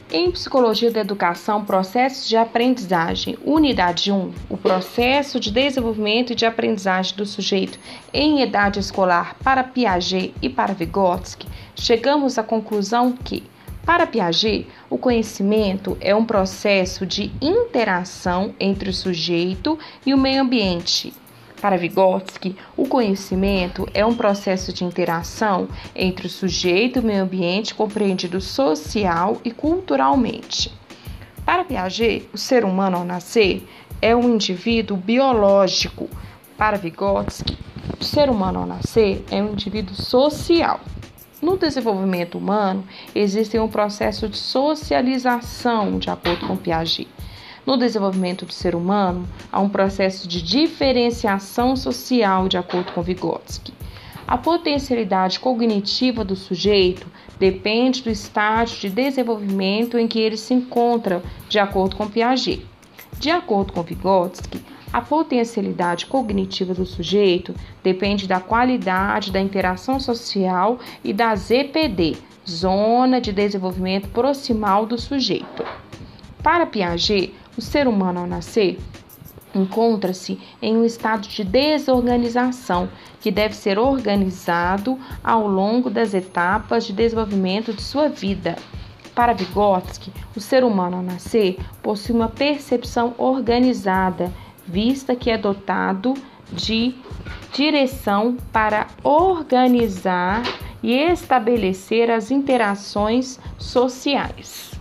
Em Psicologia da Educação, Processos de Aprendizagem, Unidade 1, o processo de desenvolvimento e de aprendizagem do sujeito em idade escolar para Piaget e para Vygotsky, chegamos à conclusão que, para Piaget, o conhecimento é um processo de interação entre o sujeito e o meio ambiente. Para Vygotsky, o conhecimento é um processo de interação entre o sujeito e o meio ambiente compreendido social e culturalmente. Para Piaget, o ser humano ao nascer é um indivíduo biológico. Para Vygotsky, o ser humano ao nascer é um indivíduo social. No desenvolvimento humano, existe um processo de socialização, de acordo com Piaget. No desenvolvimento do ser humano, há um processo de diferenciação social, de acordo com Vygotsky. A potencialidade cognitiva do sujeito depende do estágio de desenvolvimento em que ele se encontra, de acordo com Piaget. De acordo com Vygotsky, a potencialidade cognitiva do sujeito depende da qualidade da interação social e da ZPD, Zona de Desenvolvimento Proximal do sujeito. Para Piaget, o ser humano ao nascer encontra-se em um estado de desorganização que deve ser organizado ao longo das etapas de desenvolvimento de sua vida. Para Vygotsky, o ser humano ao nascer possui uma percepção organizada, vista que é dotado de direção para organizar e estabelecer as interações sociais.